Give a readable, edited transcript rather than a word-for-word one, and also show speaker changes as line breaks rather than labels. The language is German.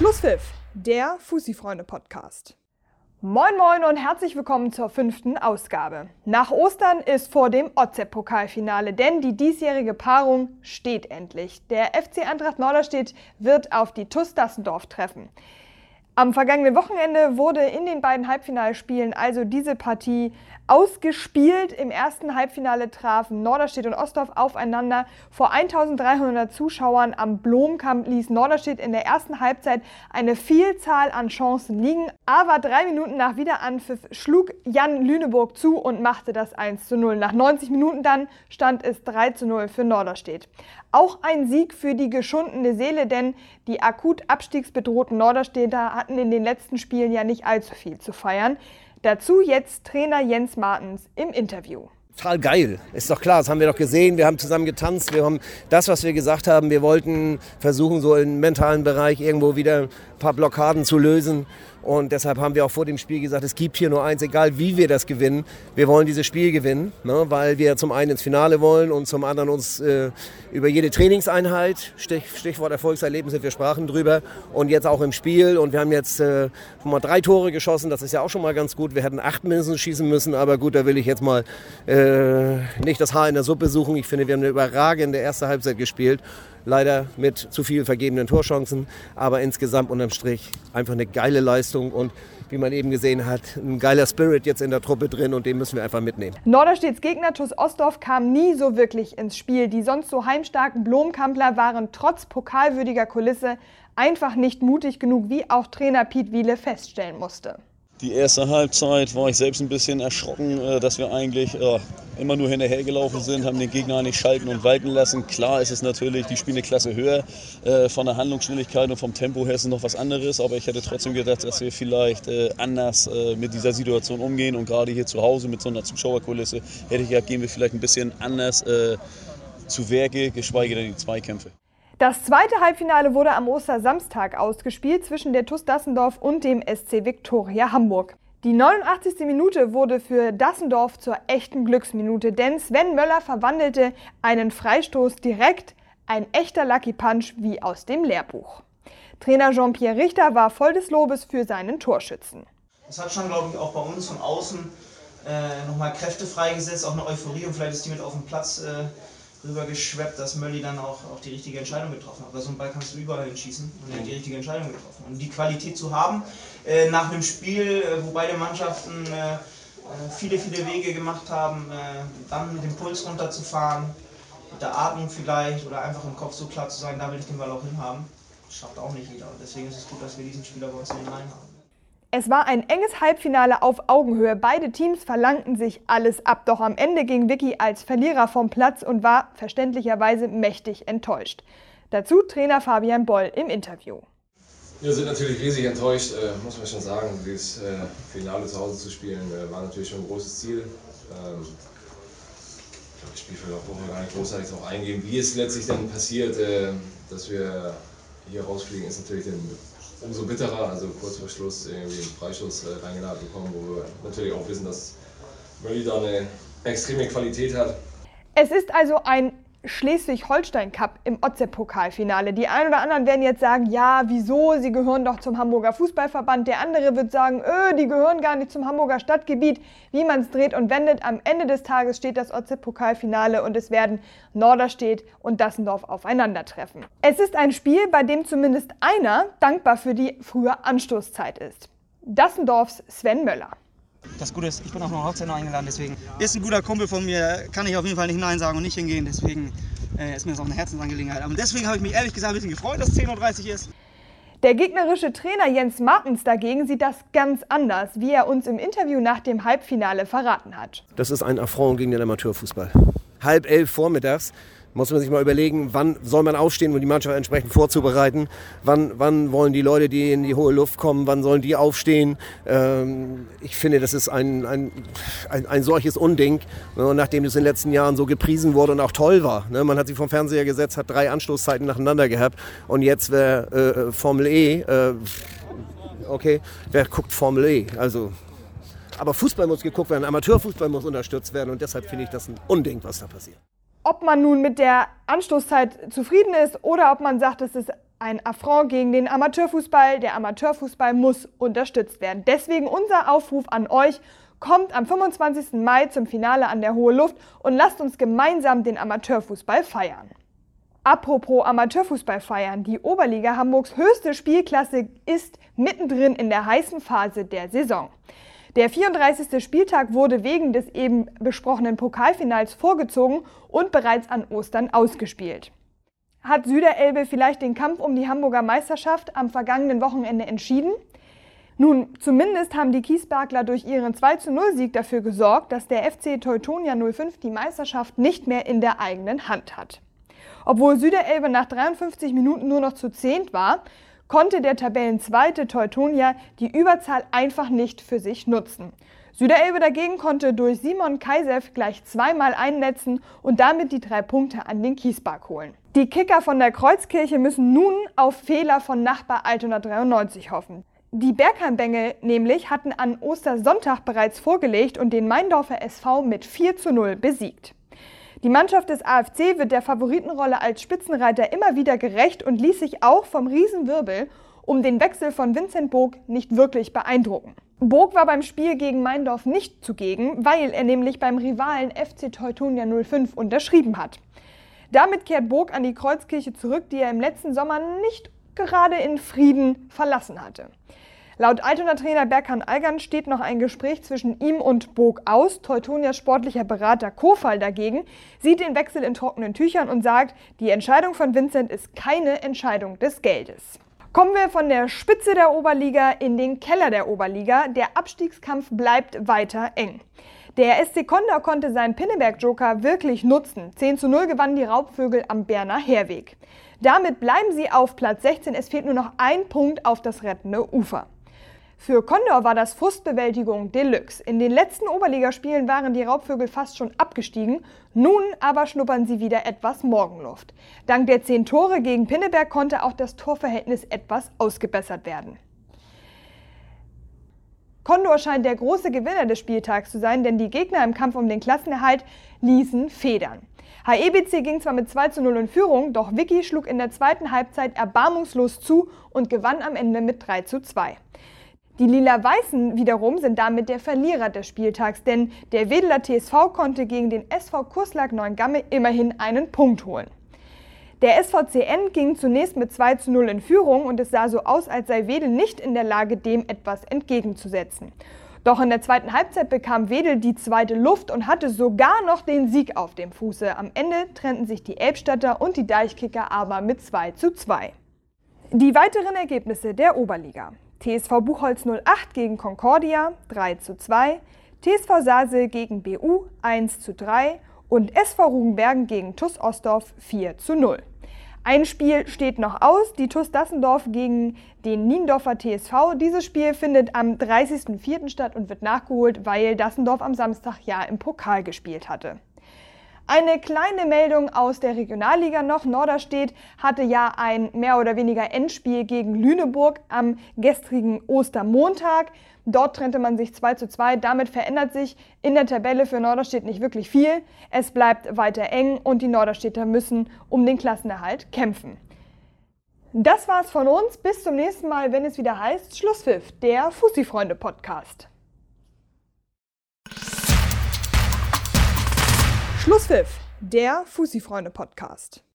Schlusspfiff, der Fussi-Freunde-Podcast. Moin moin und herzlich willkommen zur 5. Ausgabe. Nach Ostern ist vor dem OZ-Pokalfinale, denn die diesjährige Paarung steht endlich. Der FC Eintracht Norderstedt wird auf die TuS Dassendorf treffen. Am vergangenen Wochenende wurde in den beiden Halbfinalspielen also diese Partie ausgespielt. Im ersten Halbfinale trafen Norderstedt und Ostdorf aufeinander. Vor 1300 Zuschauern am Blomkamp ließ Norderstedt in der ersten Halbzeit eine Vielzahl an Chancen liegen. Aber 3 Minuten nach Wiederanpfiff schlug Jan Lüneburg zu und machte das 1:0. Nach 90 Minuten dann stand es 3:0 für Norderstedt. Auch ein Sieg für die geschundene Seele, denn die akut abstiegsbedrohten Norderstedter hatten in den letzten Spielen ja nicht allzu viel zu feiern. Dazu jetzt Trainer Jens Martens im Interview.
Total geil, ist doch klar, das haben wir doch gesehen, wir haben zusammen getanzt, wir haben das, was wir gesagt haben, wir wollten versuchen, so im mentalen Bereich irgendwo wieder ein paar Blockaden zu lösen. Und deshalb haben wir auch vor dem Spiel gesagt, es gibt hier nur eins, egal wie wir das gewinnen, wir wollen dieses Spiel gewinnen, ne, weil wir zum einen ins Finale wollen und zum anderen uns über jede Trainingseinheit, Stichwort Erfolgserlebnisse, wir sprachen drüber, und jetzt auch im Spiel. Und wir haben jetzt mal 3 Tore geschossen, das ist ja auch schon mal ganz gut. Wir hätten 8 mindestens schießen müssen, aber gut, da will ich jetzt mal nicht das Haar in der Suppe suchen. Ich finde, wir haben eine überragende erste Halbzeit gespielt. Leider mit zu viel vergebenen Torchancen, aber insgesamt unterm Strich einfach eine geile Leistung und wie man eben gesehen hat, ein geiler Spirit jetzt in der Truppe drin und den müssen wir einfach mitnehmen.
Norderstedts Gegner TuS Ostdorf kam nie so wirklich ins Spiel. Die sonst so heimstarken Blomkampler waren trotz pokalwürdiger Kulisse einfach nicht mutig genug, wie auch Trainer Piet Wiele feststellen musste.
Die erste Halbzeit war ich selbst ein bisschen erschrocken, dass wir eigentlich immer nur hinterhergelaufen sind, haben den Gegner nicht schalten und walten lassen. Klar ist es natürlich, die spielen eine Klasse höher, von der Handlungsschnelligkeit und vom Tempo her ist es noch was anderes, aber ich hätte trotzdem gedacht, dass wir vielleicht anders mit dieser Situation umgehen, und gerade hier zu Hause mit so einer Zuschauerkulisse hätte ich gedacht, gehen wir vielleicht ein bisschen anders zu Werke, geschweige denn die Zweikämpfe.
Das zweite Halbfinale wurde am Ostersamstag ausgespielt zwischen der TuS Dassendorf und dem SC Viktoria Hamburg. Die 89. Minute wurde für Dassendorf zur echten Glücksminute, denn Sven Möller verwandelte einen Freistoß direkt, ein echter Lucky Punch wie aus dem Lehrbuch. Trainer Jean-Pierre Richter war voll des Lobes für seinen Torschützen.
Das hat schon, glaube ich, auch bei uns von außen nochmal Kräfte freigesetzt, auch eine Euphorie, und vielleicht ist die mit auf den Platz rübergeschweppt, dass Mölli dann auch die richtige Entscheidung getroffen hat. Weil so einen Ball kannst du überall hinschießen, und er hat die richtige Entscheidung getroffen. Und die Qualität zu haben, nach einem Spiel, wo beide Mannschaften viele Wege gemacht haben, dann mit dem Puls runterzufahren, mit der Atmung vielleicht, oder einfach im Kopf so klar zu sein, da will ich den Ball auch hinhaben. Das schafft auch nicht jeder. Und deswegen ist es gut, dass wir diesen Spieler bei uns in den Reihen haben.
Es war ein enges Halbfinale auf Augenhöhe. Beide Teams verlangten sich alles ab. Doch am Ende ging Vicky als Verlierer vom Platz und war verständlicherweise mächtig enttäuscht. Dazu Trainer Fabian Boll im Interview.
Wir sind natürlich riesig enttäuscht, muss man schon sagen. Dieses Finale zu Hause zu spielen, war natürlich schon ein großes Ziel. Ich glaube, das Spielverlauf brauchen wir gar nicht großartig darauf eingehen. Wie es letztlich dann passiert, dass wir hier rausfliegen, ist natürlich umso bitterer. Also kurz vor Schluss irgendwie einen Freischuss reingeladen bekommen, wo wir natürlich auch wissen, dass Mölli da eine extreme Qualität hat.
Es ist also ein Schleswig-Holstein-Cup im OZ-Pokalfinale. Die einen oder anderen werden jetzt sagen, ja, wieso, sie gehören doch zum Hamburger Fußballverband. Der andere wird sagen, die gehören gar nicht zum Hamburger Stadtgebiet. Wie man es dreht und wendet, am Ende des Tages steht das OZ-Pokalfinale und es werden Norderstedt und Dassendorf aufeinandertreffen. Es ist ein Spiel, bei dem zumindest einer dankbar für die frühe Anstoßzeit ist. Dassendorfs Sven Möller.
Das Gute ist, ich bin auf eine Hochzeit noch eingeladen, deswegen ist ein guter Kumpel von mir, kann ich auf jeden Fall nicht Nein sagen und nicht hingehen, deswegen ist mir das auch eine Herzensangelegenheit. Aber deswegen habe ich mich ehrlich gesagt ein bisschen gefreut, dass es 10:30 Uhr ist.
Der gegnerische Trainer Jens Martens dagegen sieht das ganz anders, wie er uns im Interview nach dem Halbfinale verraten hat.
Das ist ein Affront gegen den Amateurfußball. 10:30 vormittags muss man sich mal überlegen, wann soll man aufstehen, um die Mannschaft entsprechend vorzubereiten. Wann wollen die Leute, die in die hohe Luft kommen, wann sollen die aufstehen? Ich finde, das ist ein solches Unding, nachdem es in den letzten Jahren so gepriesen wurde und auch toll war. Man hat sich vom Fernseher gesetzt, hat 3 Anstoßzeiten nacheinander gehabt, und jetzt wäre Formel E, okay, wer guckt Formel E? Also, aber Fußball muss geguckt werden, Amateurfußball muss unterstützt werden, und deshalb finde ich das ein Unding, was da passiert.
Ob man nun mit der Anstoßzeit zufrieden ist oder ob man sagt, es ist ein Affront gegen den Amateurfußball. Der Amateurfußball muss unterstützt werden. Deswegen unser Aufruf an euch: Kommt am 25. Mai zum Finale an der Hohe Luft und lasst uns gemeinsam den Amateurfußball feiern. Apropos Amateurfußball feiern, die Oberliga Hamburgs höchste Spielklasse ist mittendrin in der heißen Phase der Saison. Der 34. Spieltag wurde wegen des eben besprochenen Pokalfinals vorgezogen und bereits an Ostern ausgespielt. Hat Süderelbe vielleicht den Kampf um die Hamburger Meisterschaft am vergangenen Wochenende entschieden? Nun, zumindest haben die Kiesbergler durch ihren 2:0-Sieg dafür gesorgt, dass der FC Teutonia 05 die Meisterschaft nicht mehr in der eigenen Hand hat. Obwohl Süderelbe nach 53 Minuten nur noch zu 10 war, konnte der Tabellenzweite Teutonia die Überzahl einfach nicht für sich nutzen. Süderelbe dagegen konnte durch Simon Kaisew gleich zweimal einnetzen und damit die 3 Punkte an den Kiesberg holen. Die Kicker von der Kreuzkirche müssen nun auf Fehler von Nachbar Altona 93 hoffen. Die Bergheim-Bengel nämlich hatten an Ostersonntag bereits vorgelegt und den Meindorfer SV mit 4:0 besiegt. Die Mannschaft des AFC wird der Favoritenrolle als Spitzenreiter immer wieder gerecht und ließ sich auch vom Riesenwirbel um den Wechsel von Vincent Bog nicht wirklich beeindrucken. Bog war beim Spiel gegen Meindorf nicht zugegen, weil er nämlich beim Rivalen FC Teutonia 05 unterschrieben hat. Damit kehrt Bog an die Kreuzkirche zurück, die er im letzten Sommer nicht gerade in Frieden verlassen hatte. Laut Altona-Trainer Berkan Algan steht noch ein Gespräch zwischen ihm und Bog aus. Teutonias sportlicher Berater Kofal dagegen sieht den Wechsel in trockenen Tüchern und sagt, die Entscheidung von Vincent ist keine Entscheidung des Geldes. Kommen wir von der Spitze der Oberliga in den Keller der Oberliga. Der Abstiegskampf bleibt weiter eng. Der SC Condor konnte seinen Pinneberg-Joker wirklich nutzen. 10:0 gewannen die Raubvögel am Berner Heerweg. Damit bleiben sie auf Platz 16. Es fehlt nur noch ein Punkt auf das rettende Ufer. Für Condor war das Frustbewältigung Deluxe. In den letzten Oberligaspielen waren die Raubvögel fast schon abgestiegen. Nun aber schnuppern sie wieder etwas Morgenluft. Dank der 10 Tore gegen Pinneberg konnte auch das Torverhältnis etwas ausgebessert werden. Condor scheint der große Gewinner des Spieltags zu sein, denn die Gegner im Kampf um den Klassenerhalt ließen Federn. HEBC ging zwar mit 2:0 in Führung, doch Vicky schlug in der zweiten Halbzeit erbarmungslos zu und gewann am Ende mit 3:2. Die Lila-Weißen wiederum sind damit der Verlierer des Spieltags, denn der Wedeler TSV konnte gegen den SV Kurslack Neuengamme immerhin einen Punkt holen. Der SVCN ging zunächst mit 2:0 in Führung und es sah so aus, als sei Wedel nicht in der Lage, dem etwas entgegenzusetzen. Doch in der zweiten Halbzeit bekam Wedel die zweite Luft und hatte sogar noch den Sieg auf dem Fuße. Am Ende trennten sich die Elbstadter und die Deichkicker aber mit 2:2. Die weiteren Ergebnisse der Oberliga: TSV Buchholz 08 gegen Concordia 3:2, TSV Sasel gegen BU 1:3 und SV Rugenbergen gegen TuS Ostdorf 4:0. Ein Spiel steht noch aus, die TuS Dassendorf gegen den Niendorfer TSV. Dieses Spiel findet am 30.04. statt und wird nachgeholt, weil Dassendorf am Samstag ja im Pokal gespielt hatte. Eine kleine Meldung aus der Regionalliga noch. Norderstedt hatte ja ein mehr oder weniger Endspiel gegen Lüneburg am gestrigen Ostermontag. Dort trennte man sich 2:2. Damit verändert sich in der Tabelle für Norderstedt nicht wirklich viel. Es bleibt weiter eng und die Norderstedter müssen um den Klassenerhalt kämpfen. Das war's von uns. Bis zum nächsten Mal, wenn es wieder heißt Schlusspfiff, der Fussi-Freunde-Podcast. Schlusspfiff, der Fussi-Freunde-Podcast.